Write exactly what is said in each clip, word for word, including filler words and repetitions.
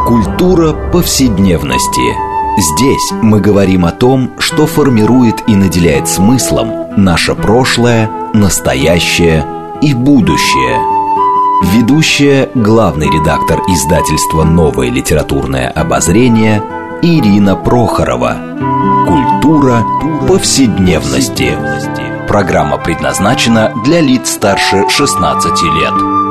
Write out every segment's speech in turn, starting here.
Культура повседневности. Здесь мы говорим о том, что формирует и наделяет смыслом наше прошлое, настоящее и будущее. Ведущая, главный редактор издательства «Новое литературное обозрение» Ирина Прохорова. Культура повседневности. Программа предназначена для лиц старше шестнадцати лет.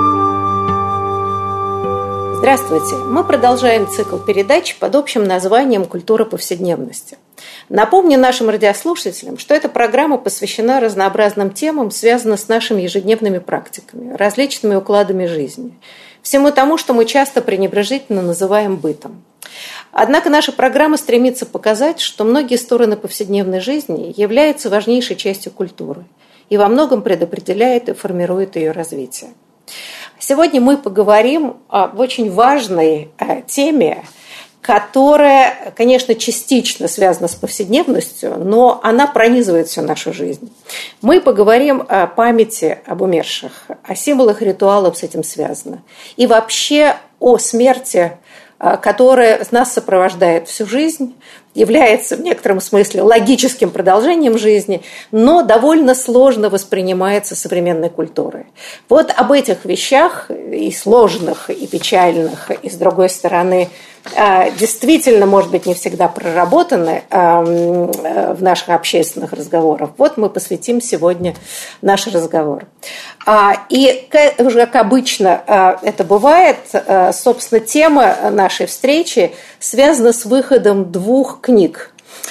Здравствуйте! Мы продолжаем цикл передач под общим названием «Культура повседневности». Напомню нашим радиослушателям, что эта программа посвящена разнообразным темам, связанным с нашими ежедневными практиками, различными укладами жизни, всему тому, что мы часто пренебрежительно называем бытом. Однако наша программа стремится показать, что многие стороны повседневной жизни являются важнейшей частью культуры и во многом предопределяют и формируют ее развитие. Сегодня мы поговорим об очень важной теме, которая, конечно, частично связана с повседневностью, но она пронизывает всю нашу жизнь. Мы поговорим о памяти об умерших, о символах и ритуалах с этим связано, и вообще о смерти, которая нас сопровождает всю жизнь, является в некотором смысле логическим продолжением жизни, но довольно сложно воспринимается современной культурой. Вот об этих вещах, и сложных, и печальных, и, с другой стороны, действительно, может быть, не всегда проработаны в наших общественных разговорах. Вот мы посвятим сегодня наш разговор. И, уже как обычно это бывает, собственно, тема нашей встречи связана с выходом двух книг.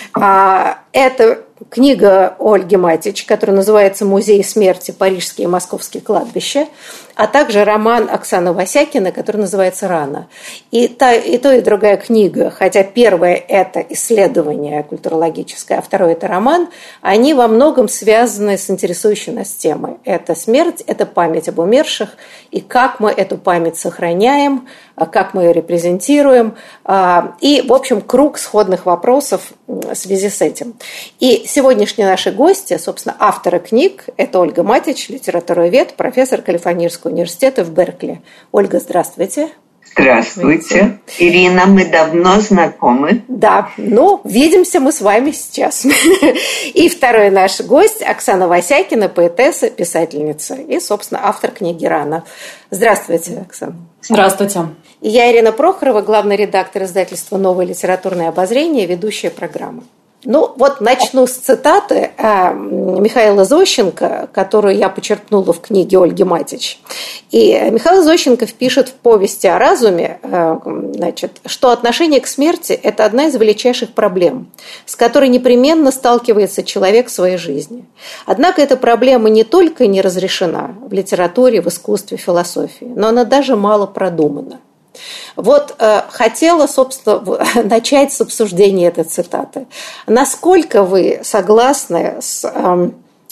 Это книга Ольги Матич, которая называется «Музей смерти. Парижские и московские кладбища», а также роман Оксаны Васякиной, который называется «Рана». И, та, и то, и другая книга, хотя первая – это исследование культурологическое, а второе – это роман, они во многом связаны с интересующей нас темой. Это смерть, это память об умерших, и как мы эту память сохраняем, как мы ее репрезентируем, и, в общем, круг сходных вопросов в связи с этим. И сегодняшние наши гости, собственно, авторы книг, это Ольга Матич, литературовед, профессор Калифорнийского университета в Беркли. Ольга, здравствуйте. Здравствуйте. Ирина, мы давно знакомы. Да, ну, видимся мы с вами сейчас. И второй наш гость Оксана Васякина, поэтесса, писательница и, собственно, автор книги «Рана». Здравствуйте, Оксана. Здравствуйте. И я, Ирина Прохорова, главный редактор издательства «Новое литературное обозрение», ведущая программы. Ну, вот начну с цитаты Михаила Зощенко, которую я почерпнула в книге Ольги Матич. И Михаил Зощенко пишет в повести о разуме, значит, что отношение к смерти – это одна из величайших проблем, с которой непременно сталкивается человек в своей жизни. Однако эта проблема не только не разрешена в литературе, в искусстве, в философии, но она даже мало продумана. Вот э, хотела, собственно, начать с обсуждения этой цитаты. Насколько вы согласны с, э,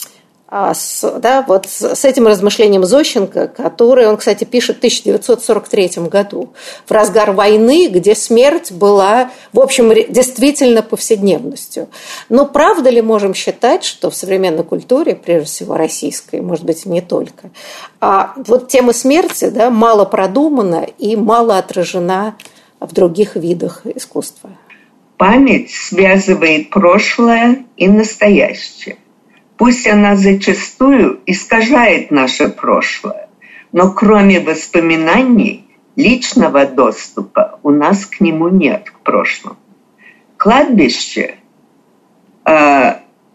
с, да, вот с этим размышлением Зощенко, который он, кстати, пишет в тысяча девятьсот сорок третьем году, в разгар войны, где смерть была, в общем, действительно повседневностью. Но правда ли можем считать, что в современной культуре, прежде всего российской, может быть, и не только, а вот тема смерти, да, мало продумана и мало отражена в других видах искусства? Память связывает прошлое и настоящее. Пусть она зачастую искажает наше прошлое, но кроме воспоминаний, личного доступа у нас к нему нет, к прошлому. Кладбище, э,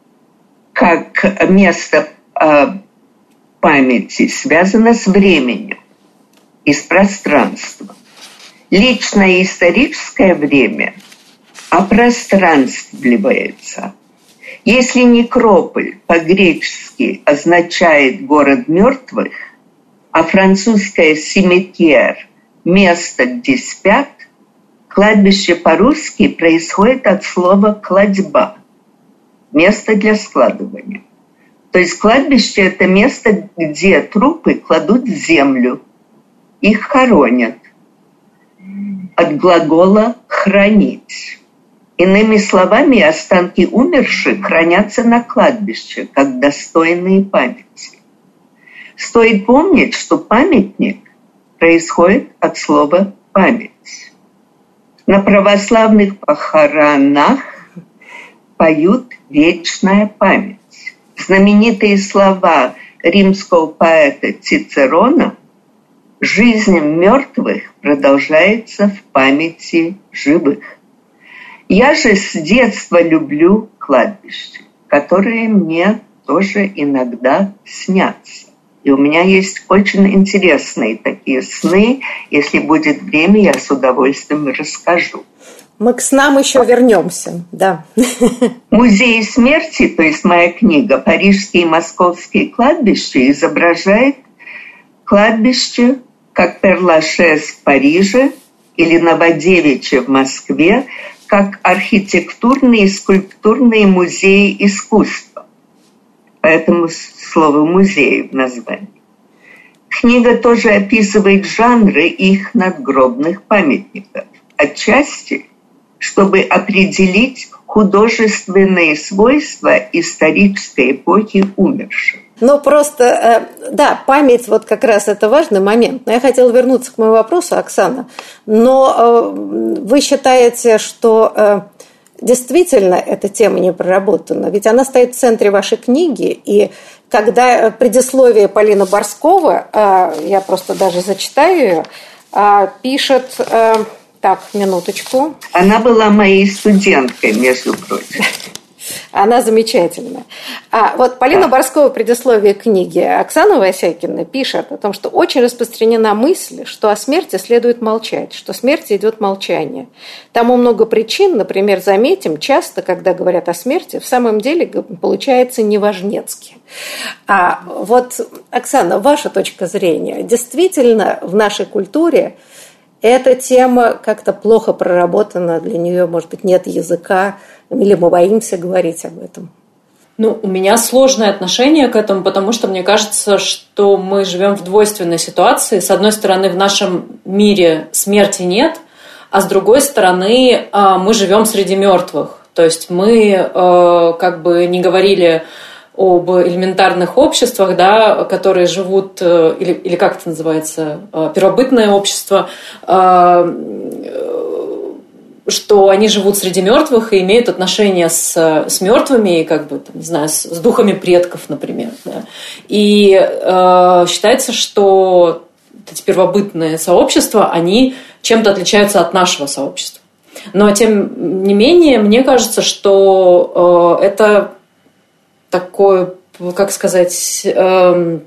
как место э, памяти, связано с временем и с пространством. Личное историческое время опространствливается. Если некрополь по-гречески означает «город мертвых», а французское «симитьер» – «место, где спят», кладбище по-русски происходит от слова «кладьба» – «место для складывания». То есть кладбище – это место, где трупы кладут в землю, их хоронят. От глагола «хранить». Иными словами, останки умерших хранятся на кладбище, как достойные памяти. Стоит помнить, что памятник происходит от слова «память». На православных похоронах поют «Вечная память». Знаменитые слова римского поэта Цицерона «Жизнь мертвых продолжается в памяти живых». Я же с детства люблю кладбище, которые мне тоже иногда снятся. И у меня есть очень интересные такие сны. Если будет время, я с удовольствием расскажу. Мы к снам еще вернемся, да. Музей смерти, то есть моя книга «Парижские и московские кладбища», изображает кладбище как Пер-Лашез в Париже или Новодевичье в Москве, как архитектурные и скульптурные музеи искусства. Поэтому слово «музей» в названии. Книга тоже описывает жанры их надгробных памятников. Отчасти, чтобы определить художественные свойства исторической эпохи умерших. Ну, просто, да, память, вот как раз это важный момент. Но я хотела вернуться к моему вопросу, Оксана. Но вы считаете, что действительно эта тема не проработана? Ведь она стоит в центре вашей книги, и когда предисловие Полины Борскова, я просто даже зачитаю ее, пишет... Так, минуточку. Она была моей студенткой, между прочим. Она замечательная. А вот Полина да. Борскова в предисловии книги Оксана Васякина пишет о том, что очень распространена мысль, что о смерти следует молчать, что смерти идет молчание. Тому много причин, например, заметим, часто, когда говорят о смерти, в самом деле получается неважнецки. А вот, Оксана, ваша точка зрения, действительно в нашей культуре эта тема как-то плохо проработана, для нее, может быть, нет языка, или мы боимся говорить об этом? Ну, у меня сложное отношение к этому, потому что мне кажется, что мы живем в двойственной ситуации. С одной стороны, в нашем мире смерти нет, а с другой стороны, мы живем среди мертвых. То есть мы как бы не говорили об элементарных обществах, да, которые живут, или, или как это называется, первобытное общество, что они живут среди мертвых и имеют отношения с, с мертвыми, как бы, там, не знаю, с, с духами предков, например. Да. И э, считается, что эти первобытные сообщества, они чем-то отличаются от нашего сообщества. Но, тем не менее, мне кажется, что э, это такое, как сказать, э,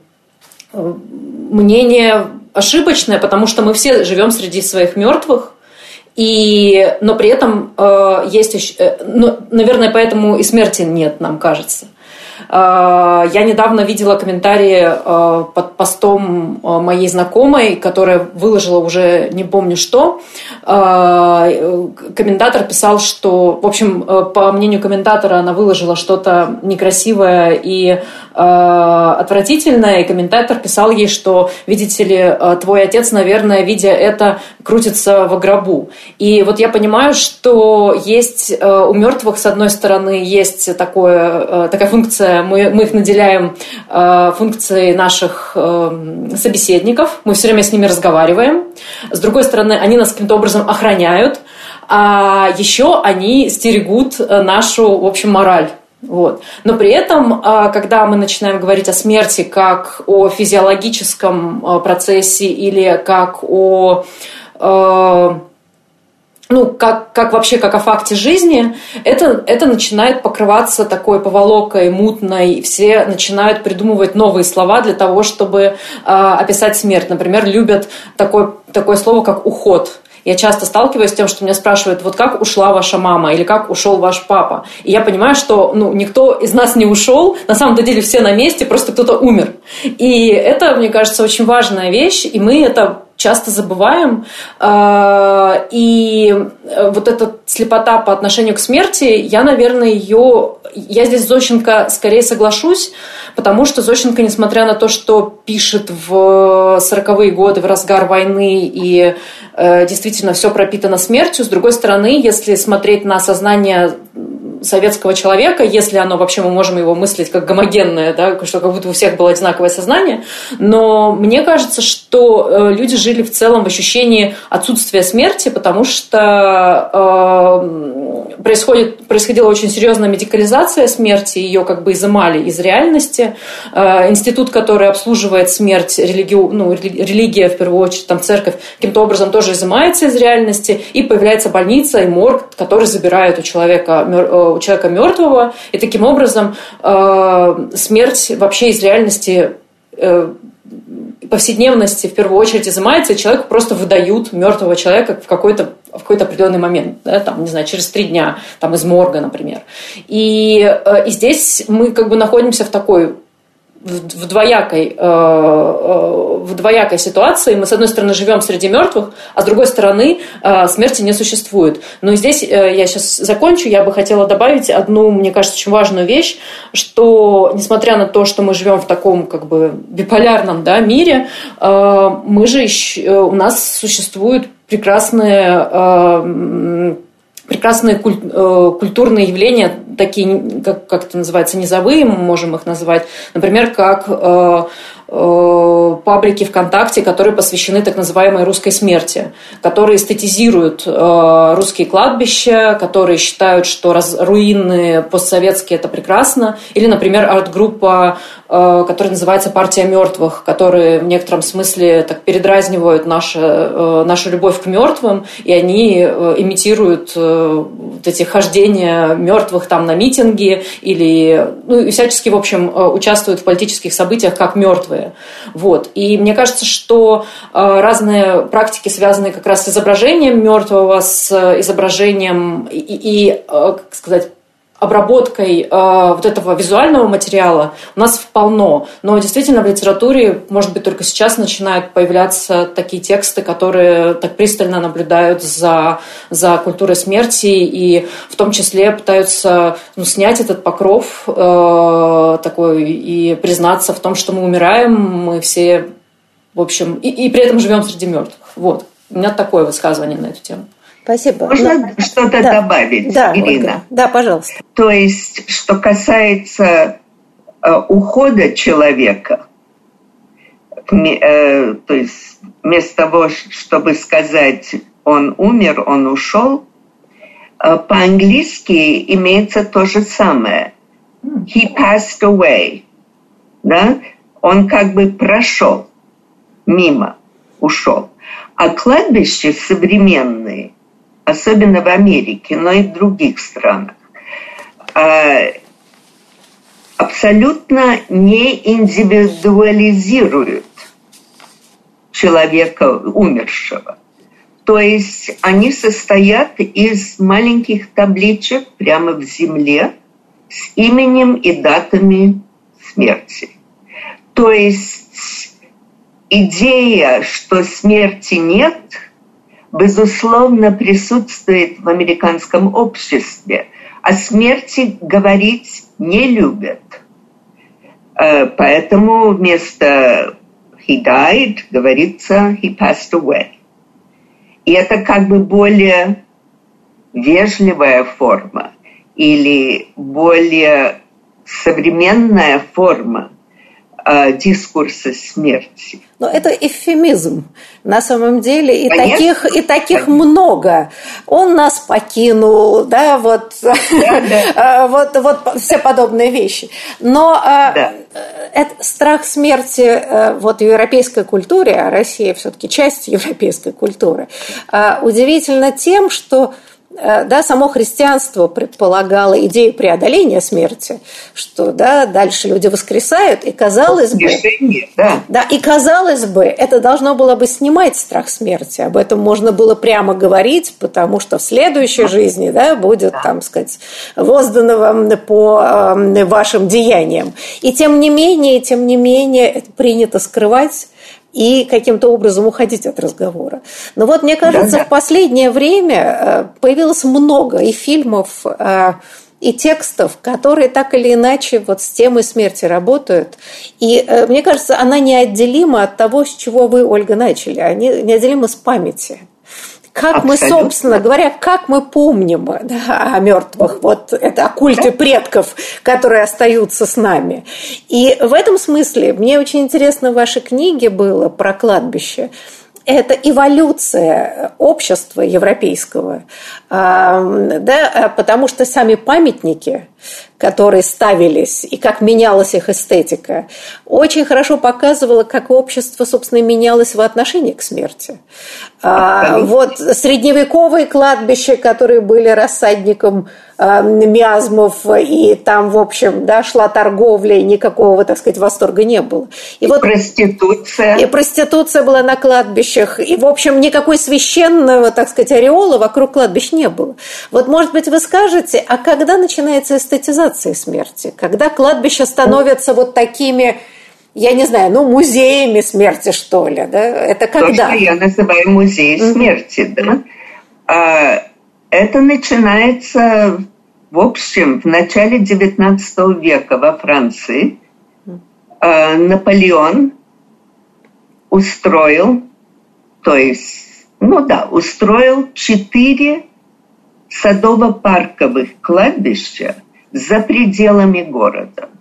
мнение ошибочное, потому что мы все живем среди своих мертвых, и, но при этом э, есть еще, э, ну, наверное, поэтому и смерти нет, нам кажется. Э, я недавно видела комментарии э, под постом моей знакомой, которая выложила уже не помню что. Э, комментатор писал, что, в общем, э, по мнению комментатора, она выложила что-то некрасивое и э, отвратительное, и комментатор писал ей, что, видите ли, твой отец, наверное, видя это, крутится во гробу. И вот я понимаю, что есть э, у мертвых, с одной стороны, есть такое, э, такая функция, мы, мы их наделяем э, функцией наших э, собеседников, мы все время с ними разговариваем. С другой стороны, они нас каким-то образом охраняют, а еще они стерегут нашу, в общем, мораль. Вот. Но при этом, когда мы начинаем говорить о смерти как о физиологическом процессе или как о, ну, как, как вообще как о факте жизни, это, это начинает покрываться такой поволокой мутной, все начинают придумывать новые слова для того, чтобы описать смерть. Например, любят такое, такое слово, как уход. Я часто сталкиваюсь с тем, что меня спрашивают, вот как ушла ваша мама или как ушел ваш папа. И я понимаю, что ну, никто из нас не ушел, на самом деле все на месте, просто кто-то умер. И это, мне кажется, очень важная вещь, и мы это часто забываем. И вот эта слепота по отношению к смерти, я, наверное, ее... Я здесь с Зощенко скорее соглашусь, потому что Зощенко, несмотря на то, что пишет в сороковые годы, в разгар войны, и действительно все пропитано смертью, с другой стороны, если смотреть на сознание советского человека, если оно вообще мы можем его мыслить как гомогенное, да, что как будто у всех было одинаковое сознание. Но мне кажется, что люди жили в целом в ощущении отсутствия смерти, потому что э, происходит, происходила очень серьезная медикализация смерти, ее как бы изымали из реальности. Э, институт, который обслуживает смерть, религию, ну, религия, в первую очередь, там, церковь, каким-то образом тоже изымается из реальности, и появляется больница и морг, который забирает у человека, у человека мертвого, и таким образом э, смерть вообще из реальности э, повседневности в первую очередь изымается, и человеку просто выдают мертвого человека в какой-то, в какой-то определенный момент, да, там, не знаю, через три дня, там, из морга, например. И, э, и здесь мы как бы находимся в такой в двоякой, в двоякой ситуации. Мы, с одной стороны, живем среди мертвых, а с другой стороны, смерти не существует. Но здесь я сейчас закончу. Я бы хотела добавить одну, мне кажется, очень важную вещь, что, несмотря на то, что мы живем в таком как бы биполярном, да, мире, мы же еще, у нас существуют прекрасные прекрасные культурные явления, такие, как, как это называется, низовые, мы можем их назвать, например, как э, э, паблики ВКонтакте, которые посвящены так называемой русской смерти, которые эстетизируют э, русские кладбища, которые считают, что раз, руины постсоветские – это прекрасно, или, например, арт-группа, э, которая называется «Партия мертвых», которые в некотором смысле так передразнивают наше, э, нашу любовь к мертвым, и они э, имитируют э, вот эти хождения мертвых там на митинги или, ну, и всячески, в общем, участвуют в политических событиях как мертвые. Вот. И мне кажется, что разные практики, связанные как раз с изображением мертвого, с изображением и, и как сказать, обработкой э, вот этого визуального материала у нас полно. Но действительно в литературе, может быть, только сейчас начинают появляться такие тексты, которые так пристально наблюдают за, за культурой смерти и в том числе пытаются, ну, снять этот покров э, такой и признаться в том, что мы умираем, мы все, в общем, и, и при этом живем среди мертвых. Вот. У меня такое высказывание на эту тему. Спасибо. Можно Но... что-то да. добавить, да, Ирина? Ольга. Да, пожалуйста. То есть, что касается э, ухода человека, э, то есть вместо того, чтобы сказать «он умер», «он ушел», э, по-английски имеется то же самое. «He passed away». Да? Он как бы прошел мимо, ушел. А кладбища современные, особенно в Америке, но и в других странах, абсолютно не индивидуализируют человека умершего. То есть они состоят из маленьких табличек прямо в земле с именем и датами смерти. То есть идея, что смерти нет, безусловно, присутствует в американском обществе. О смерти говорить не любят. Поэтому вместо «he died» говорится «he passed away». И это как бы более вежливая форма или более современная форма дискурса смерти. Но это эвфемизм. На самом деле и Конечно. таких, и таких много. Он нас покинул, да, вот, да, да. вот, вот все подобные вещи. Но да. это, страх смерти вот в европейской культуре, а Россия все-таки часть европейской культуры, удивительно тем, что да, само христианство предполагало идею преодоления смерти, что да, дальше люди воскресают, и казалось бы, да. Да, и казалось бы, это должно было бы снимать страх смерти. Об этом можно было прямо говорить, потому что в следующей жизни, да, будет, там сказать, воздано вам по э, вашим деяниям. И тем не менее, тем не менее, это принято скрывать и каким-то образом уходить от разговора. Но вот, мне кажется, да, да. в последнее время появилось много и фильмов, и текстов, которые так или иначе вот с темой смерти работают. И мне кажется, она неотделима от того, с чего вы, Ольга, начали. Они неотделимы с памяти. Как Абсолютно. мы, собственно говоря, как мы помним, да, о мертвых, вот это о культе предков, которые остаются с нами. И в этом смысле мне очень интересно в вашей книге было про кладбище. Это эволюция общества европейского, да, потому что сами памятники, которые ставились, и как менялась их эстетика, очень хорошо показывало, как общество, собственно, менялось в отношении к смерти. А, вот средневековые кладбища, которые были рассадником а, миазмов, и там, в общем, да, шла торговля, и никакого, так сказать, восторга не было. И, и вот, проституция. И проституция была на кладбищах, и, в общем, никакой священного, так сказать, ореола вокруг кладбищ не было. Вот, может быть, вы скажете, а когда начинается эстетизация смерти? Когда кладбища становятся вот такими, я не знаю, ну, музеями смерти, что ли, да? Это когда? То, что я называю музей mm-hmm. смерти, да. А, это начинается, в общем, в начале девятнадцатого века во Франции. А, Наполеон устроил, то есть, ну да, устроил четыре садово-парковых кладбища за пределами города.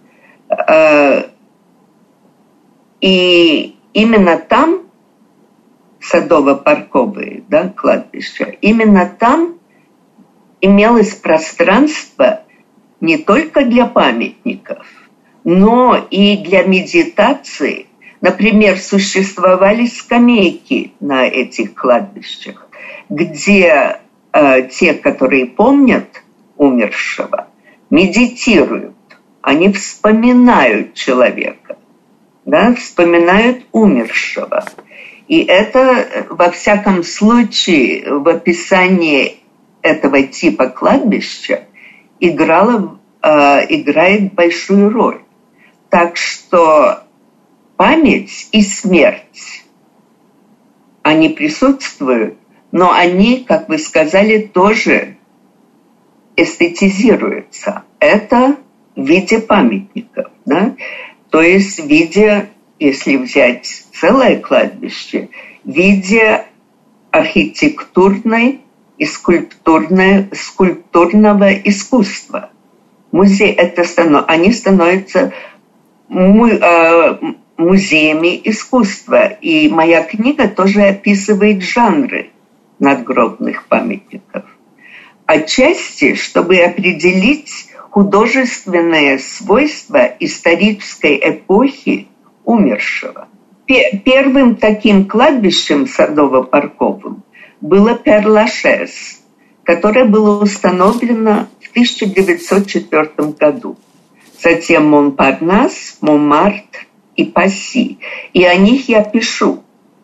И именно там, садово-парковые, да, кладбища, именно там имелось пространство не только для памятников, но и для медитации. Например, существовали скамейки на этих кладбищах, где э, те, которые помнят умершего, медитируют, они вспоминают человека, да, вспоминают умершего. И это, во всяком случае, в описании этого типа кладбища играло, э, играет большую роль. Так что память и смерть, они присутствуют, но они, как вы сказали, тоже эстетизируются. Это в виде памятников, да? То есть в виде, если взять целое кладбище, в виде архитектурной и скульптурной, скульптурного искусства. Музей, это станов, они становятся му, э, музеями искусства. И моя книга тоже описывает жанры надгробных памятников. Отчасти, чтобы определить художественные свойства исторической эпохи умершего. Первым таким кладбищем садово-парковым было Пер-Лашез, которое было установлено в тысяча девятьсот четвёртом году. Затем Монпарнас, Монмартр и Пасси. И о них я пишу.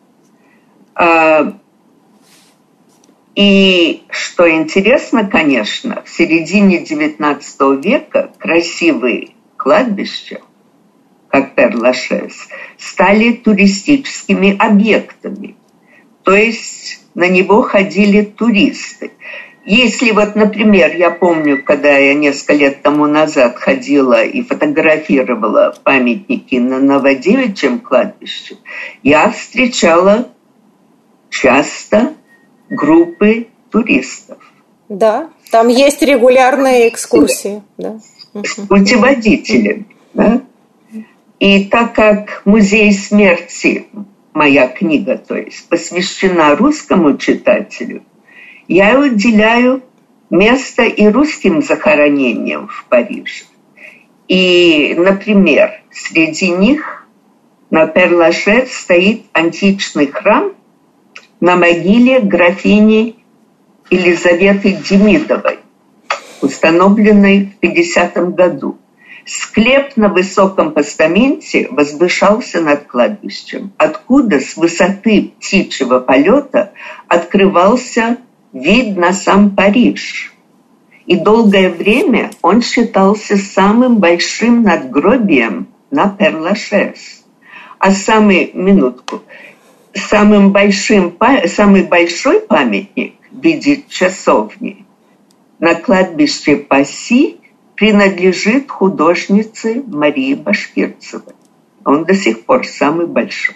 И что интересно, конечно, в середине девятнадцатого века красивые кладбища, как Пер-Лашез, стали туристическими объектами. То есть на него ходили туристы. Если вот, например, я помню, когда я несколько лет тому назад ходила и фотографировала памятники на Новодевичьем кладбище, я встречала часто группы туристов. Да, там есть регулярные экскурсии. Да. С путеводителями. Да? И так как музей смерти, моя книга, то есть, посвящена русскому читателю, я уделяю место и русским захоронениям в Париже. И, например, среди них на Пер-Лашез стоит античный храм на могиле графини Елизаветы Демидовой, установленной в пятидесятом году. Склеп на высоком постаменте возвышался над кладбищем, откуда с высоты птичьего полета открывался вид на сам Париж. И долгое время он считался самым большим надгробием на Пер-Лашез. А самый, минутку, самым большим, самый большой памятник в виде часовни на кладбище Пасси принадлежит художнице Марии Башкирцевой. Он до сих пор самый большой.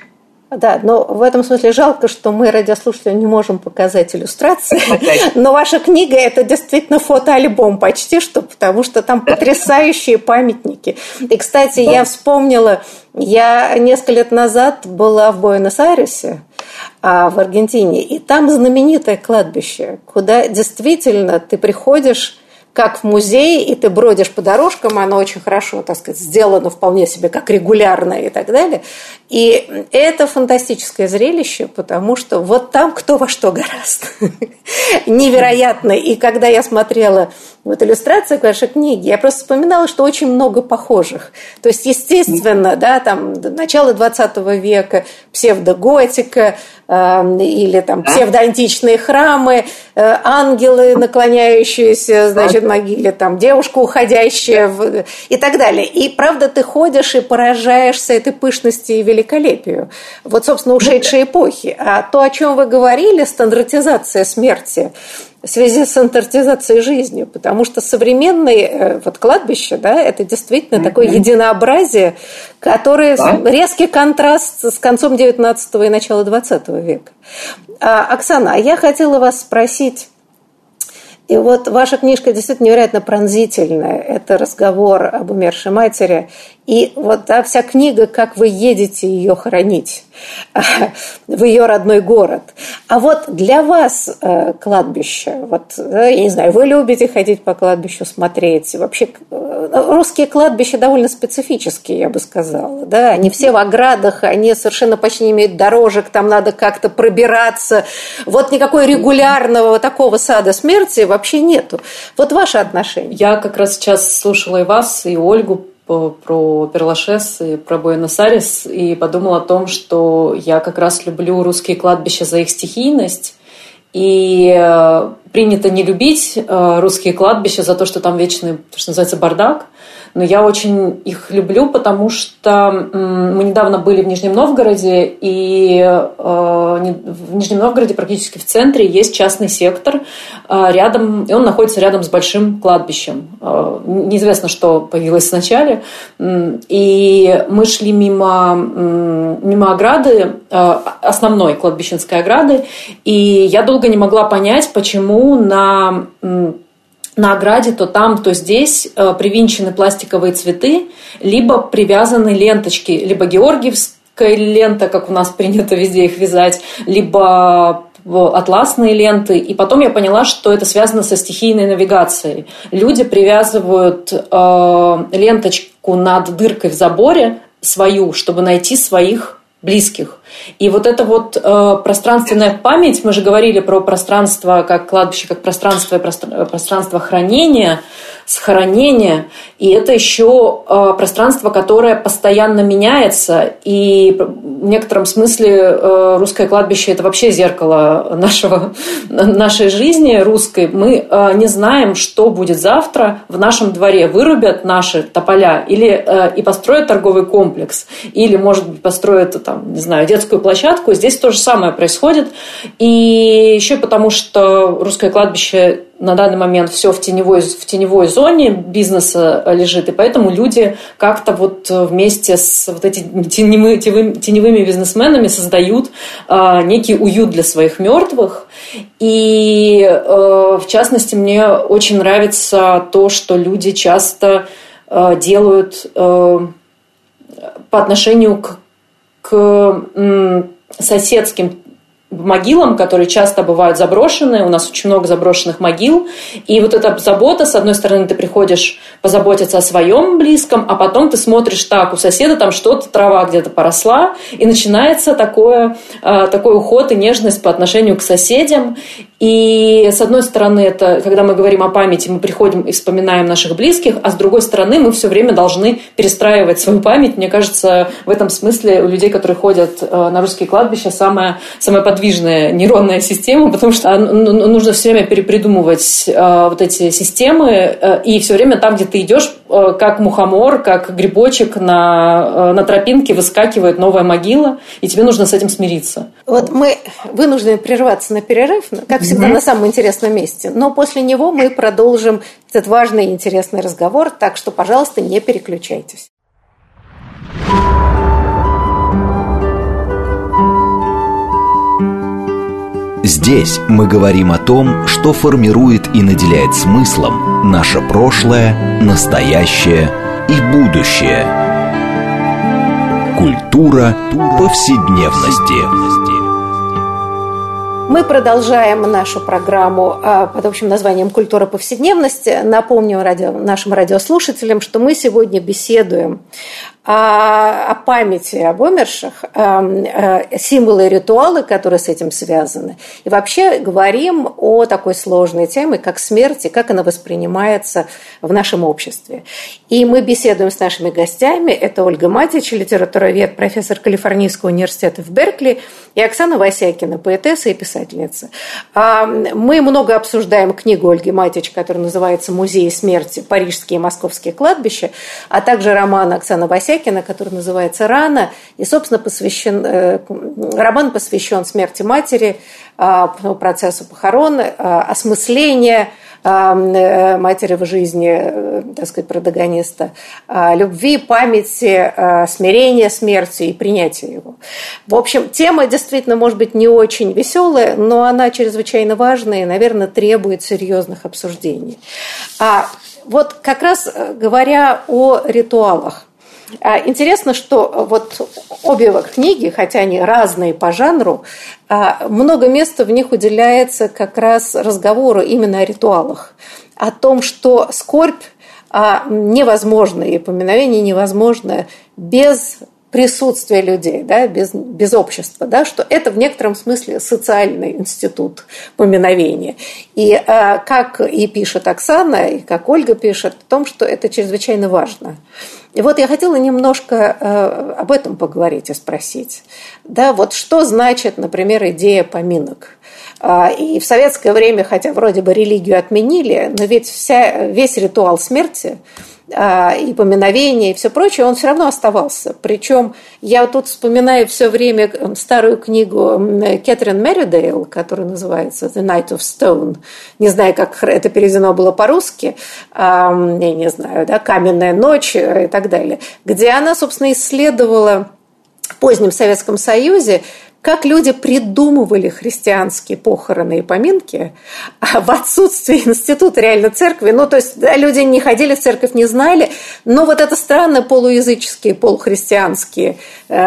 Да, но в этом смысле жалко, что мы радиослушателям не можем показать иллюстрации. Но ваша книга – это действительно фотоальбом почти что, потому что там потрясающие памятники. И, кстати, я вспомнила, я несколько лет назад была в Буэнос-Айресе, в Аргентине, и там знаменитое кладбище, куда действительно ты приходишь как в музей, и ты бродишь по дорожкам, оно очень хорошо, так сказать, сделано вполне себе как регулярно и так далее. И это фантастическое зрелище, потому что вот там кто во что гораст. Невероятно. И когда я смотрела вот иллюстрации к вашей книге, я просто вспоминала, что очень много похожих. То есть, естественно, да, там, начало двадцатого века, псевдоготика, э, или там псевдоантичные храмы, э, ангелы, наклоняющиеся, значит, в могиле, там, девушка, уходящая в... и так далее. И, правда, ты ходишь и поражаешься этой пышности и великолепию. Вот, собственно, ушедшие эпохи. А то, о чем вы говорили, стандартизация смерти, в связи с стандартизацией жизни, потому что современное вот кладбище, да, это действительно mm-hmm. такое единообразие, которое да? резкий контраст с концом девятнадцатого и начала двадцатого века. А, Оксана, а я хотела вас спросить, и вот ваша книжка действительно невероятно пронзительная. Это разговор об умершей матери. И вот да, вся книга, как вы едете ее хоронить в ее родной город. А вот для вас э, кладбище, вот, да, я не знаю, вы любите ходить по кладбищу, смотреть. Вообще э, русские кладбища довольно специфические, я бы сказала. Да? Они все в оградах, они совершенно почти не имеют дорожек, там надо как-то пробираться. Вот никакой регулярного такого сада смерти вообще нету. Вот ваше отношение. Я как раз сейчас слушала и вас, и Ольгу про Перлашес и про Буэнос-Айрес и подумала о том, что я как раз люблю русские кладбища за их стихийность. И принято не любить русские кладбища за то, что там вечный, что называется, бардак. Но я очень их люблю, потому что мы недавно были в Нижнем Новгороде, и в Нижнем Новгороде практически в центре есть частный сектор рядом, и он находится рядом с большим кладбищем. Неизвестно, что появилось сначала. И мы шли мимо, мимо ограды, основной кладбищенской ограды, и я долго не могла понять, почему на... на ограде то там, то здесь э, привинчены пластиковые цветы, либо привязаны ленточки, либо георгиевская лента, как у нас принято везде их вязать, либо атласные ленты. И потом я поняла, что это связано со стихийной навигацией. Люди привязывают э, ленточку над дыркой в заборе свою, чтобы найти своих близких. И вот эта вот э, пространственная память, мы же говорили про пространство как кладбище, как пространство и пространство, пространство хранения, схоронения, и это еще э, пространство, которое постоянно меняется, и в некотором смысле э, русское кладбище – это вообще зеркало нашего, нашей жизни русской. Мы э, не знаем, что будет завтра. В нашем дворе вырубят наши тополя или э, и построят торговый комплекс, или, может быть, построят, там, не знаю, детскую площадку. Здесь то же самое происходит. И еще потому, что русское кладбище на данный момент все в теневой, в теневой зоне бизнеса лежит, и поэтому люди как-то вот вместе с вот этими теневыми, теневыми бизнесменами создают э, некий уют для своих мертвых. И э, в частности, мне очень нравится то, что люди часто э, делают э, по отношению к, к э, соседским могилам, которые часто бывают заброшены. У нас очень много заброшенных могил. И вот эта забота, с одной стороны, ты приходишь позаботиться о своем близком, а потом ты смотришь, так, у соседа там что-то, трава где-то поросла, и начинается такое, такой уход и нежность по отношению к соседям. И с одной стороны, это когда мы говорим о памяти, мы приходим и вспоминаем наших близких, а с другой стороны, мы все время должны перестраивать свою память. Мне кажется, в этом смысле у людей, которые ходят на русские кладбища, самая, самая подвижная нейронная система, потому что нужно все время перепридумывать вот эти системы, и все время там, где ты идешь, как мухомор, как грибочек на, на тропинке выскакивает новая могила, и тебе нужно с этим смириться. Вот мы вынуждены прерваться на перерыв, как всегда, mm-hmm. на самом интересном месте. Но после него мы продолжим этот важный и интересный разговор, так что, пожалуйста, не переключайтесь. Здесь мы говорим о том, что формирует и наделяет смыслом наше прошлое, настоящее и будущее. Культура повседневности. Мы продолжаем нашу программу под общим названием «Культура повседневности». Напомню радио, нашим радиослушателям, что мы сегодня беседуем о, о памяти об умерших, символы и ритуалы, которые с этим связаны. И вообще говорим о такой сложной теме, как смерть, и как она воспринимается в нашем обществе. И мы беседуем с нашими гостями. Это Ольга Матич, литературовед, профессор Калифорнийского университета в Беркли, и Оксана Васякина, поэтесса и писательница. Мы много обсуждаем книгу Ольги Матич, которая называется «Музей смерти. Парижские и московские кладбища», а также роман Оксаны Васякиной, который называется «Рана», и, собственно, посвящен, роман посвящен смерти матери, процессу похорон, осмыслению матери в жизни, так сказать, протагониста, любви, памяти, смирения смертью и принятия его. В общем, тема действительно может быть не очень веселая, но она чрезвычайно важная и, наверное, требует серьезных обсуждений. А вот как раз говоря о ритуалах, интересно, что вот обе книги, хотя они разные по жанру, много места в них уделяется как раз разговору именно о ритуалах, о том, что скорбь невозможна и поминовение невозможно без присутствия людей, да, без, без общества, да, что это в некотором смысле социальный институт поминовения. И э, как и пишет Оксана, и как Ольга пишет, о том, что это чрезвычайно важно. И вот я хотела немножко э, об этом поговорить и спросить. Да, вот что значит, например, идея поминок? Э, и в советское время, хотя вроде бы религию отменили, но ведь вся, весь ритуал смерти и поминовение, и все прочее, он все равно оставался. Причем я тут вспоминаю все время старую книгу Кэтрин Меридейл, которая называется «The Night of Stone». Не знаю, как это переведено было по-русски, я не знаю, да, «Каменная ночь» и так далее, где она, собственно, исследовала в позднем Советском Союзе, как люди придумывали христианские похороны и поминки в отсутствии института реально церкви. Ну, то есть, да, люди не ходили в церковь, не знали, но вот это странные полуязыческие, полухристианские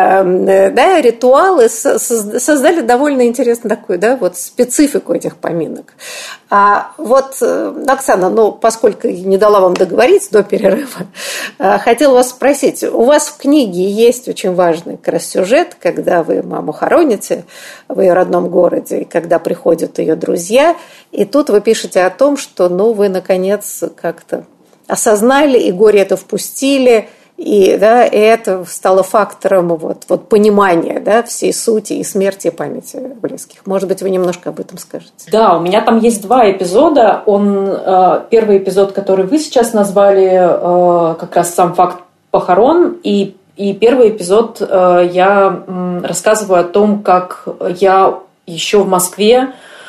э, да, ритуалы создали довольно интересную такую, да, вот специфику этих поминок. А вот, Оксана, ну, поскольку не дала вам договорить до перерыва, хотела вас спросить, у вас в книге есть очень важный как раз сюжет, когда вы маму хороните в ее родном городе, и когда приходят ее друзья, и тут вы пишете о том, что, ну, вы, наконец, как-то осознали, и горе это впустили, и, да, и это стало фактором вот, вот понимания, да, всей сути и смерти, и памяти близких. Может быть, вы немножко об этом скажете? Да, у меня там есть два эпизода. Он, первый эпизод, который вы сейчас назвали, как раз сам факт похорон, и И первый эпизод я рассказываю о том, как я еще в Москве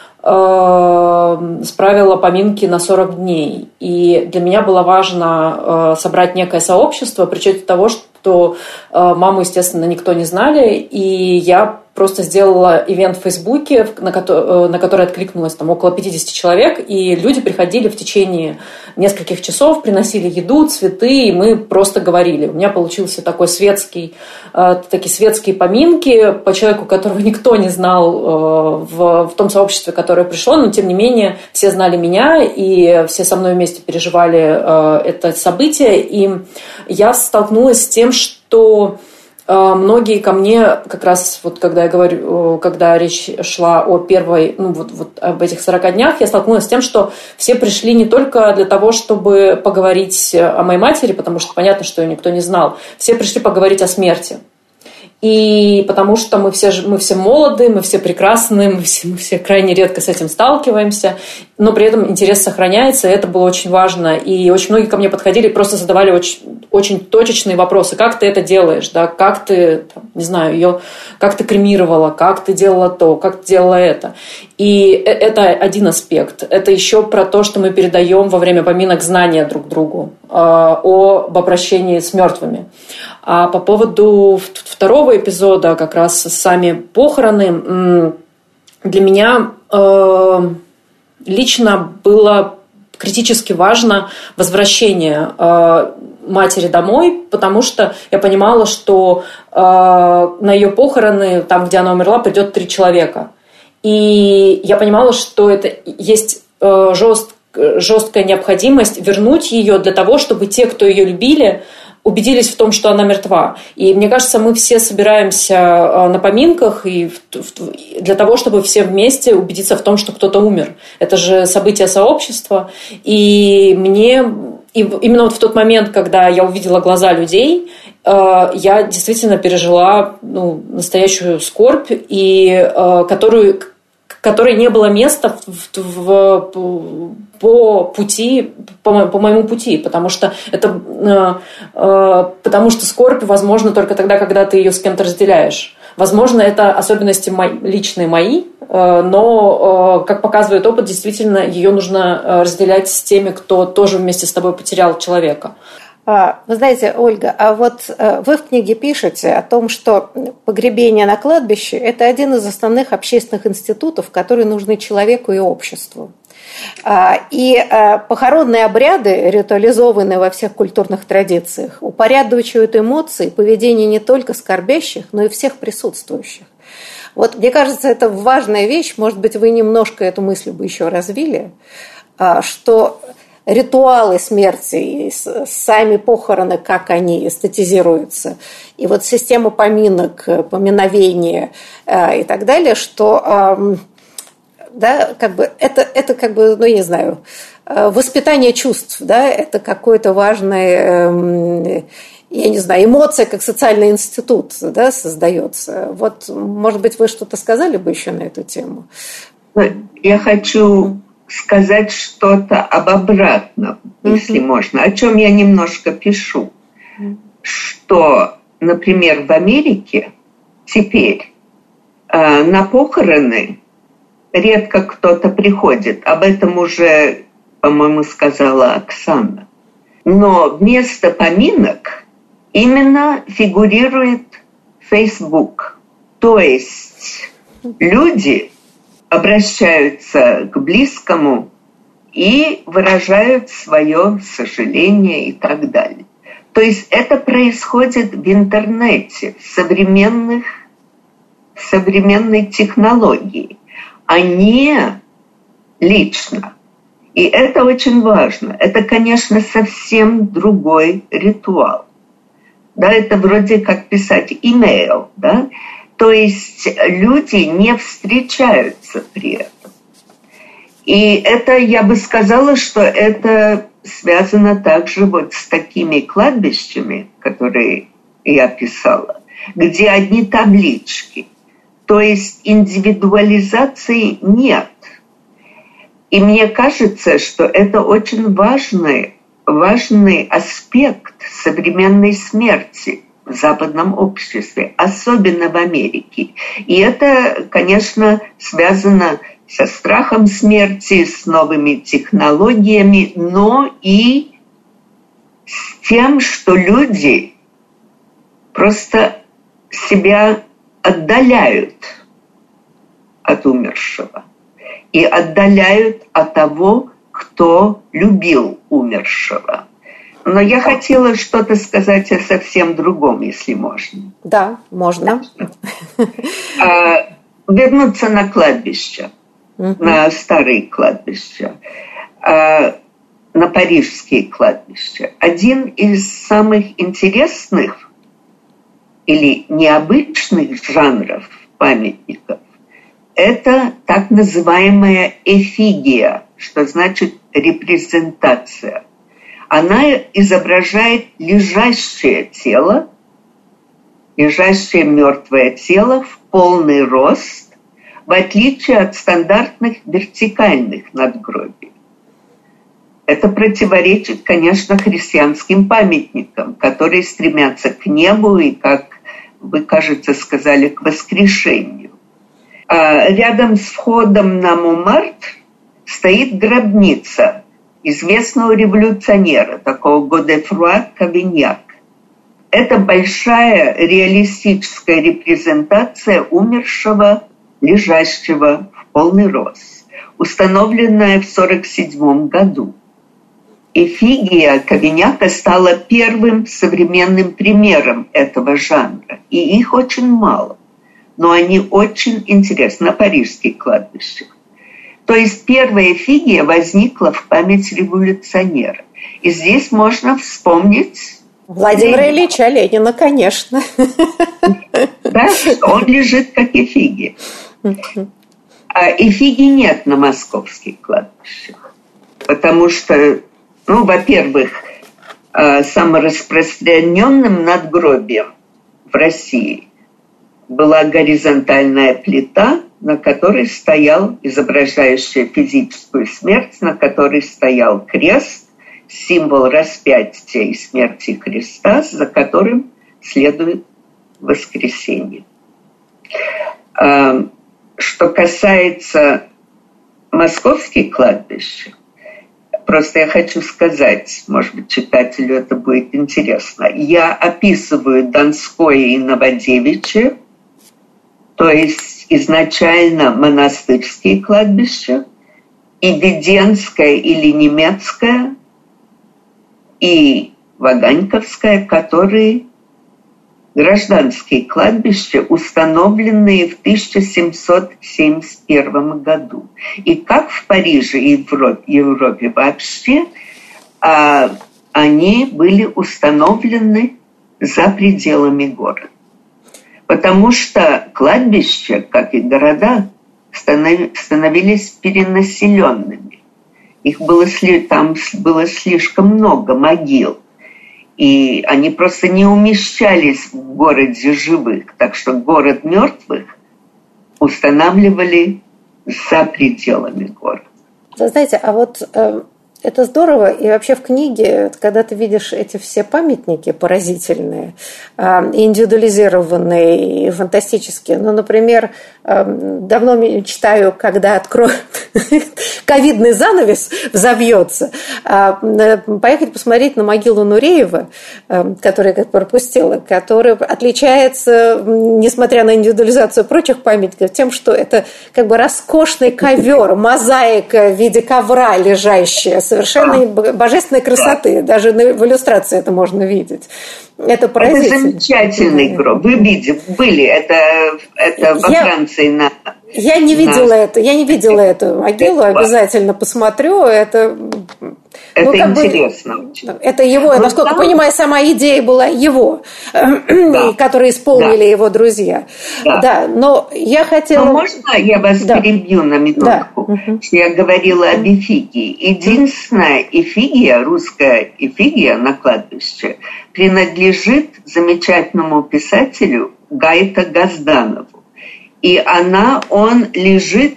справила поминки на сорок дней. И для меня было важно собрать некое сообщество, при учете того, что маму, естественно, никто не знали. И я просто сделала ивент в Фейсбуке, на который, на который откликнулось там около пятьдесят человек, и люди приходили в течение нескольких часов, приносили еду, цветы, и мы просто говорили. У меня получился такой светский, такие светские поминки по человеку, которого никто не знал в, в том сообществе, которое пришло, но тем не менее все знали меня, и все со мной вместе переживали это событие, и я столкнулась с тем, что многие ко мне, как раз вот когда я говорю, когда речь шла о первой, ну вот, вот об этих сорока днях, я столкнулась с тем, что все пришли не только для того, чтобы поговорить о моей матери, потому что понятно, что ее никто не знал, все пришли поговорить о смерти. И потому что мы все, мы все молоды, мы все прекрасны, мы все, мы все крайне редко с этим сталкиваемся, но при этом интерес сохраняется, и это было очень важно. И очень многие ко мне подходили и просто задавали очень, очень точечные вопросы. Как ты это делаешь? Да? Как ты, там, не знаю, ее, как ты кремировала, как ты делала то, как ты делала это. И это один аспект. Это еще про то, что мы передаем во время поминок знания друг другу э, об обращении с мертвыми. А по поводу второго эпизода, как раз сами похороны, для меня э, лично было критически важно возвращение э, матери домой, потому что я понимала, что э, на ее похороны, там, где она умерла, придет три человека. И я понимала, что это есть э, жест, жесткая необходимость вернуть ее для того, чтобы те, кто ее любили, убедились в том, что она мертва. И мне кажется, мы все собираемся на поминках и для того, чтобы все вместе убедиться в том, что кто-то умер. Это же событие сообщества. И мне и именно вот в тот момент, когда я увидела глаза людей, я действительно пережила ну, настоящую скорбь, и которую которой не было места в, в, по пути, по, по моему пути, потому что это, э, потому что скорбь возможна только тогда, когда ты ее с кем-то разделяешь. Возможно, это особенности мои, личные мои, э, но, э, как показывает опыт, действительно ее нужно разделять с теми, кто тоже вместе с тобой потерял человека. Вы знаете, Ольга, а вот вы в книге пишете о том, что погребение на кладбище – это один из основных общественных институтов, которые нужны человеку и обществу. И похоронные обряды, ритуализованные во всех культурных традициях, упорядочивают эмоции, поведение не только скорбящих, но и всех присутствующих. Вот, мне кажется, это важная вещь, может быть, вы немножко эту мысль бы еще развили, что ритуалы смерти и сами похороны, как они эстетизируются, и вот система поминок, поминовения и так далее, что да, как бы это, это как бы, ну, я не знаю, воспитание чувств, да, это какое-то важное, я не знаю, эмоция, как социальный институт, да, создается. Вот, может быть, вы что-то сказали бы еще на эту тему? Я хочу сказать что-то об обратном, mm-hmm. если можно, о чем я немножко пишу, mm-hmm. что, например, в Америке теперь э, на похороны редко кто-то приходит. Об этом уже, по-моему, сказала Оксана. Но вместо поминок именно фигурирует Facebook. То есть люди обращаются к близкому и выражают свое сожаление и так далее. То есть это происходит в интернете, в современных, в современной технологии, а не лично. И это очень важно. Это, конечно, совсем другой ритуал. Да, это вроде как писать имейл, да? То есть люди не встречаются при этом. И это, я бы сказала, что это связано также вот с такими кладбищами, которые я писала, где одни таблички. То есть индивидуализации нет. И мне кажется, что это очень важный, важный аспект современной смерти в западном обществе, особенно в Америке. И это, конечно, связано со страхом смерти, с новыми технологиями, но и с тем, что люди просто себя отдаляют от умершего и отдаляют от того, кто любил умершего. Но я хотела что-то сказать о совсем другом, если можно. Да, можно. А, вернуться на кладбище, угу. на старые кладбища, а, на парижские кладбища. Один из самых интересных или необычных жанров памятников – это так называемая эфигия, что значит репрезентация. Она изображает лежащее тело, лежащее мертвое тело в полный рост, в отличие от стандартных вертикальных надгробий. Это противоречит, конечно, христианским памятникам, которые стремятся к небу и, как вы, кажется, сказали, к воскрешению. А рядом с входом на Монмартр стоит гробница известного революционера, такого Годефруа Кавиньяк. Это большая реалистическая репрезентация умершего, лежащего в полный рост, установленная в сорок седьмом году. Эфигия Кавиняка стала первым современным примером этого жанра. И их очень мало, но они очень интересны на парижских кладбищах. То есть первая эфигия возникла в память революционера. И здесь можно вспомнить Владимира Ленина. Ильича Ленина, конечно. Да, он лежит как эфигия. А эфигий нет на московских кладбищах, потому что, ну, во-первых, самым распространенным надгробием в России была горизонтальная плита, на которой стоял, изображающая физическую смерть, на которой стоял крест, символ распятия и смерти Христа, за которым следует воскресение. Что касается московских кладбищ, просто я хочу сказать, может быть, читателю это будет интересно. Я описываю Донское и Новодевичье, то есть изначально монастырские кладбища, и Веденское или Немецкое, и Ваганьковское, которые гражданские кладбища, установленные в тысяча семьсот семьдесят первом году. И как в Париже и в Европе, Европе вообще, а, они были установлены за пределами города. Потому что кладбища, как и города, становились перенаселенными. Их было, там было слишком много могил. И они просто не умещались в городе живых. Так что город мертвых устанавливали за пределами города. Вы знаете, а вот э, это здорово. И вообще в книге, когда ты видишь эти все памятники поразительные, э, индивидуализированные и фантастические. Ну, например, э, давно читаю, когда откроют ковидный занавес взовьется, поехать посмотреть на могилу Нуреева, которую я пропустила, которая отличается, несмотря на индивидуализацию прочих памятников, тем, что это как бы роскошный ковер, мозаика в виде ковра лежащая, совершенно божественной красоты. Даже в иллюстрации это можно видеть. Это поразительно. Это замечательный гроб. Вы видели, были, это, это во я, Франции на... Я не видела на... это, я не видела эту могилу, обязательно посмотрю. Это, это ну, интересно. Бы, это его, ну, насколько там... понимаю, сама идея была его, да. которые исполнили да. его друзья. Да. да, но я хотела... Ну, можно я вас да. перебью на минутку? Да. Я говорила об эфигии. Единственная эфигия, русская эфигия на кладбище, принадлежит замечательному писателю Гаита Газданову. И она, он лежит,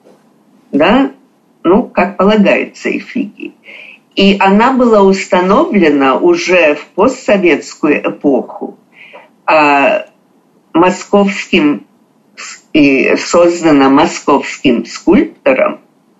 да, ну, как полагается, эфигии. И она была установлена уже в постсоветскую эпоху а, московским, и создана московским скульптором.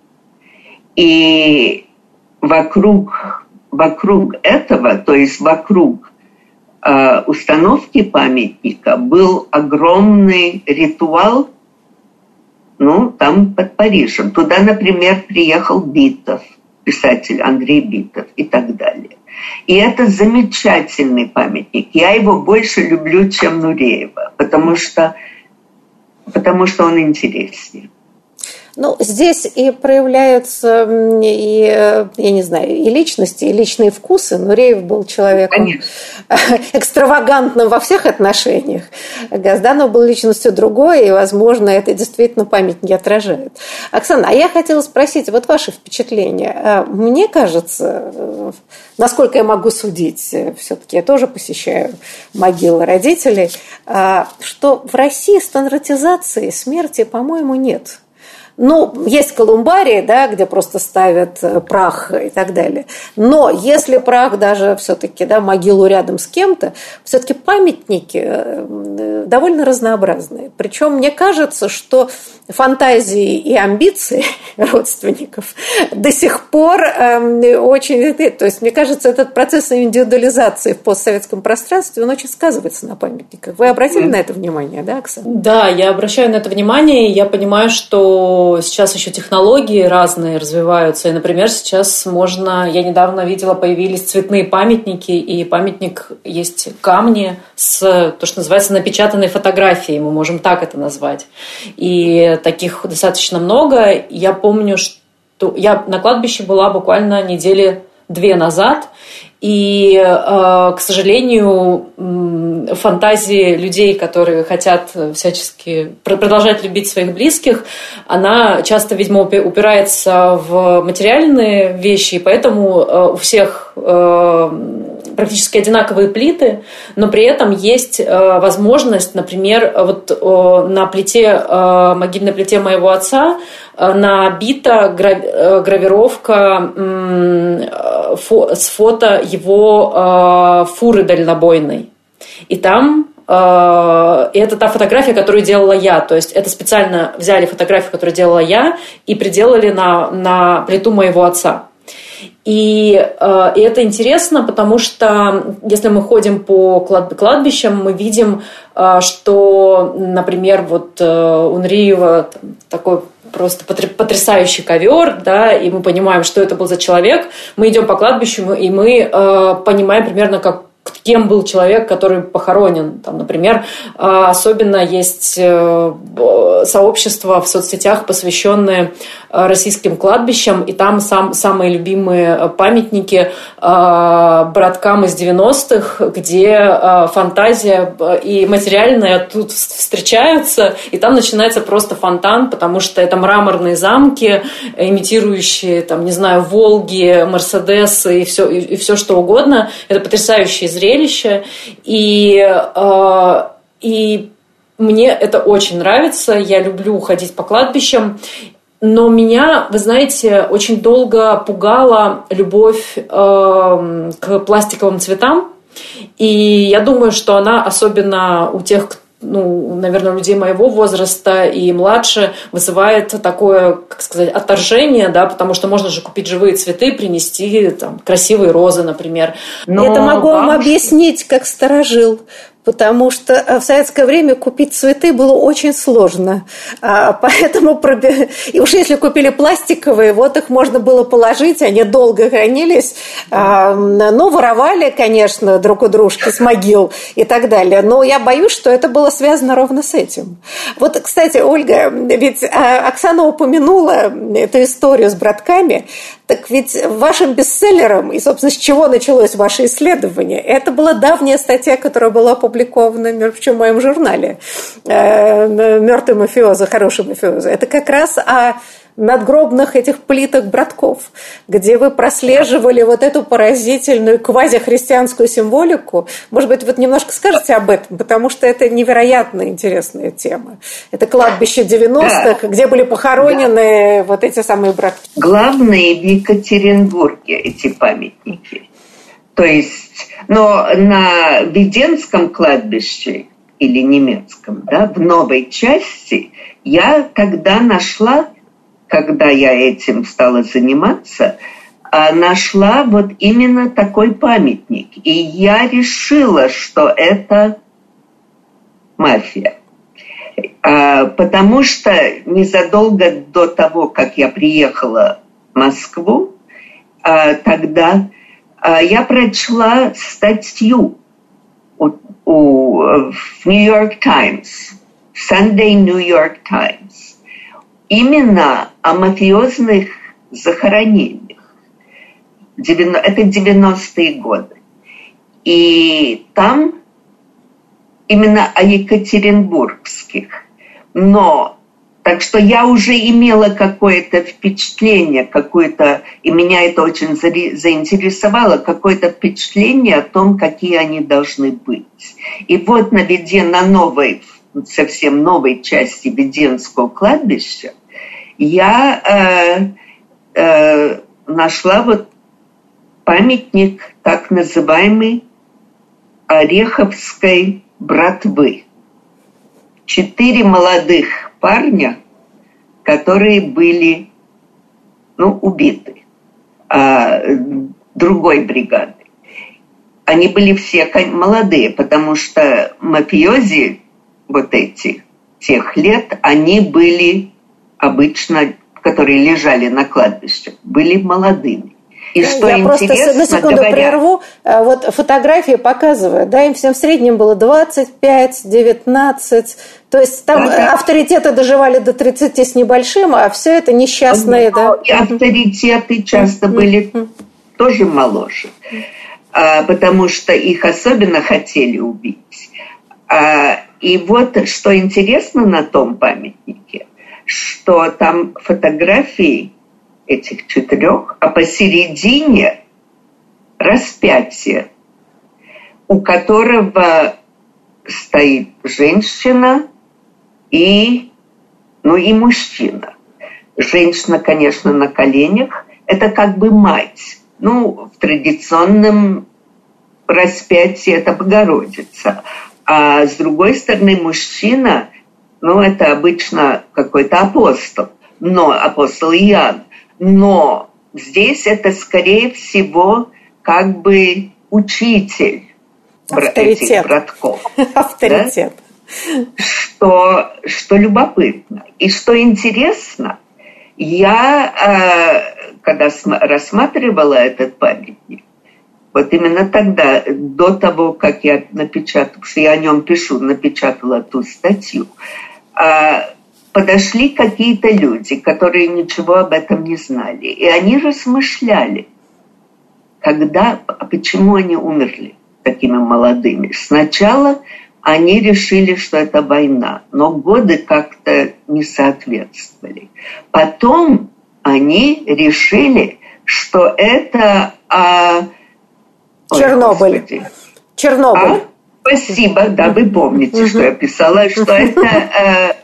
И вокруг, вокруг этого, то есть вокруг установки памятника был огромный ритуал, ну, там под Парижем. Туда, например, приехал Битов, писатель Андрей Битов и так далее. И это замечательный памятник. Я его больше люблю, чем Нуреева, потому что, потому что он интереснее. Ну, здесь и проявляются, и, я не знаю, и личности, и личные вкусы. Нуреев был человеком Конечно. экстравагантным во всех отношениях. Газданов был личностью другой, и, возможно, это действительно памятники отражает. Оксана, а я хотела спросить, вот ваши впечатления. Мне кажется, насколько я могу судить, все-таки я тоже посещаю могилы родителей, что в России стандартизации смерти, по-моему, нет. Ну, есть колумбарии, да, где просто ставят прах и так далее. Но если прах даже все-таки, да, могилу рядом с кем-то, все-таки памятники довольно разнообразные. Причем мне кажется, что фантазии и амбиции родственников до сих пор очень... То есть, мне кажется, этот процесс индивидуализации в постсоветском пространстве, он очень сказывается на памятниках. Вы обратили mm. на это внимание, да, Оксана? Да, я обращаю на это внимание, и я понимаю, что что сейчас еще технологии разные развиваются. И, например, сейчас можно... Я недавно видела, появились цветные памятники, и памятник есть камни с, то, что называется, напечатанной фотографией. Мы можем так это назвать. И таких достаточно много. Я помню, что я на кладбище была буквально недели две назад, и, к сожалению, фантазии людей, которые хотят всячески продолжать любить своих близких, она часто, видимо, упирается в материальные вещи, и поэтому у всех практически одинаковые плиты, но при этом есть возможность, например, вот на плите, могильной плите моего отца набита гравировка с фото его фуры дальнобойной. И там и это та фотография, которую делала я. То есть это специально взяли фотографию, которую делала я, и приделали на, на плиту моего отца. И, и это интересно, потому что если мы ходим по кладбищам, мы видим, что, например, вот у Нуриева такой просто потрясающий ковер, да, и мы понимаем, что это был за человек. Мы идем по кладбищу, и мы понимаем примерно, как кем был человек, который похоронен. Там, например, особенно есть сообщества в соцсетях, посвященные российским кладбищам, и там сам, самые любимые памятники браткам из девяностых, где фантазия и материальное тут встречаются, и там начинается просто фонтан, потому что это мраморные замки, имитирующие, там, не знаю, Волги, Мерседесы и все, и, и все что угодно. Это потрясающее зрелище, и, э, и мне это очень нравится. Я люблю ходить по кладбищам, но меня, вы знаете, очень долго пугала любовь э, к пластиковым цветам, и я думаю, что она особенно у тех, кто ну, наверное, людей моего возраста и младше, вызывает такое, как сказать, отторжение, да, потому что можно же купить живые цветы, принести там красивые розы, например. Но это могу вам объяснить, как старожил. Потому что в советское время купить цветы было очень сложно. Поэтому, и уж если купили пластиковые, вот их можно было положить, они долго хранились. Но воровали, конечно, друг у дружки с могил и так далее. Но я боюсь, что это было связано ровно с этим. Вот, кстати, Ольга, ведь Оксана упомянула эту историю с братками. Так ведь вашим бестселлером, и, собственно, с чего началось ваше исследование, это была давняя статья, которая была опубликована, между прочим, в моем журнале «Мертвый мафиоза, хороший мафиоза». Это как раз о надгробных этих плиток братков, где вы прослеживали вот эту поразительную квазихристианскую символику. Может быть, вот немножко скажете об этом, потому что это невероятно интересная тема. Это кладбище девяностых, да, где были похоронены, да, вот эти самые братки. Главные в Екатеринбурге эти памятники. То есть, но на Веденском кладбище или немецком, да, в новой части, я тогда нашла, когда я этим стала заниматься, нашла вот именно такой памятник. И я решила, что это мафия. Потому что незадолго до того, как я приехала в Москву, тогда я прочла статью у, у, в New York Times, Sunday New York Times, именно о мафиозных захоронениях. Это девяностые годы. И там именно о екатеринбургских. Но, так что я уже имела какое-то впечатление, какое-то, и меня это очень заинтересовало, какое-то впечатление о том, какие они должны быть. И вот на Веден, на новой, совсем новой части Веденского кладбища я э, э, нашла вот памятник так называемый Ореховской братвы. Четыре молодых парня, которые были, ну, убиты а, другой бригадой. Они были все молодые, потому что мафиози вот эти тех лет, они были обычно, которые лежали на кладбище, были молодыми. И что Я просто на секунду говоря... прерву. Вот фотографии показывают, да, им всем в среднем было двадцать пять девятнадцать. То есть там да, да. авторитеты доживали до тридцати с небольшим, а все это несчастные. Но да. И авторитеты часто были тоже моложе, потому что их особенно хотели убить. И вот что интересно на том памятнике, что там фотографии этих четырех, а посередине распятие, у которого стоит женщина и, ну, и мужчина. Женщина, конечно, на коленях, это как бы мать. Ну, в традиционном распятии это Богородица. А с другой стороны, мужчина, ну, это обычно какой-то апостол, но апостол Иоанн. Но здесь это, скорее всего, как бы учитель этих братков. Авторитет. Да? Что, что любопытно. И что интересно, я, когда рассматривала этот памятник, вот именно тогда, до того, как я напечатала, потому что я о нем пишу, напечатала ту статью, подошли какие-то люди, которые ничего об этом не знали. И они размышляли, когда, почему они умерли такими молодыми. Сначала они решили, что это война, но годы как-то не соответствовали. Потом они решили, что это... А... Чернобыль. Ой, Чернобыль. А? Спасибо, да, вы помните, что я писала, что это...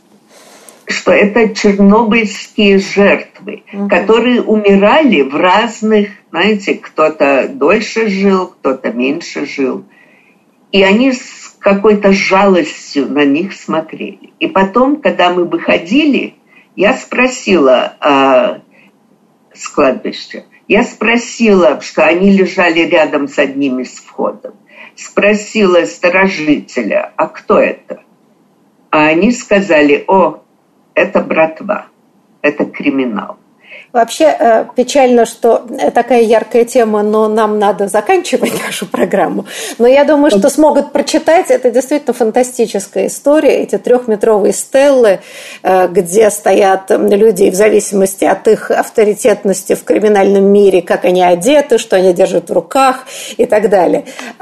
что это чернобыльские жертвы, uh-huh. которые умирали в разных, знаете, кто-то дольше жил, кто-то меньше жил. И они с какой-то жалостью на них смотрели. И потом, когда мы выходили, я спросила а, с кладбища, я спросила, что они лежали рядом с одним из входов, спросила сторожителя, а кто это? А они сказали, о, это братва, это криминал. Вообще печально, что такая яркая тема, но нам надо заканчивать нашу программу. Но я думаю, что смогут прочитать. Это действительно фантастическая история. Эти трехметровые стеллы, где стоят люди в зависимости от их авторитетности в криминальном мире, как они одеты, что они держат в руках и так далее.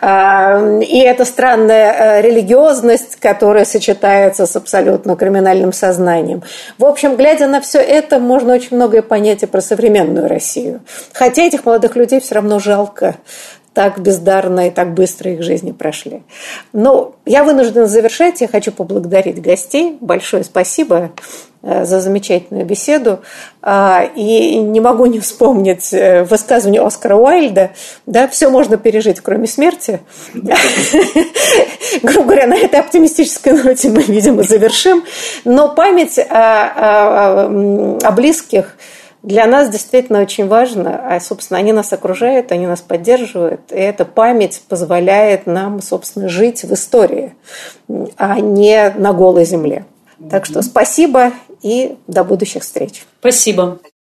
И эта странная религиозность, которая сочетается с абсолютно криминальным сознанием. В общем, глядя на все это, можно очень многое понять и про современную Россию. Хотя этих молодых людей все равно жалко. Так бездарно и так быстро их жизни прошли. Но я вынуждена завершать. Я хочу поблагодарить гостей. Большое спасибо за замечательную беседу. И не могу не вспомнить высказывание Оскара Уайльда. Да, все можно пережить, кроме смерти. Грубо говоря, на этой оптимистической ноте мы, видимо, завершим. Но память о, о, о близких для нас действительно очень важно, а, собственно, они нас окружают, они нас поддерживают, и эта память позволяет нам, собственно, жить в истории, а не на голой земле. Так что спасибо и до будущих встреч. Спасибо.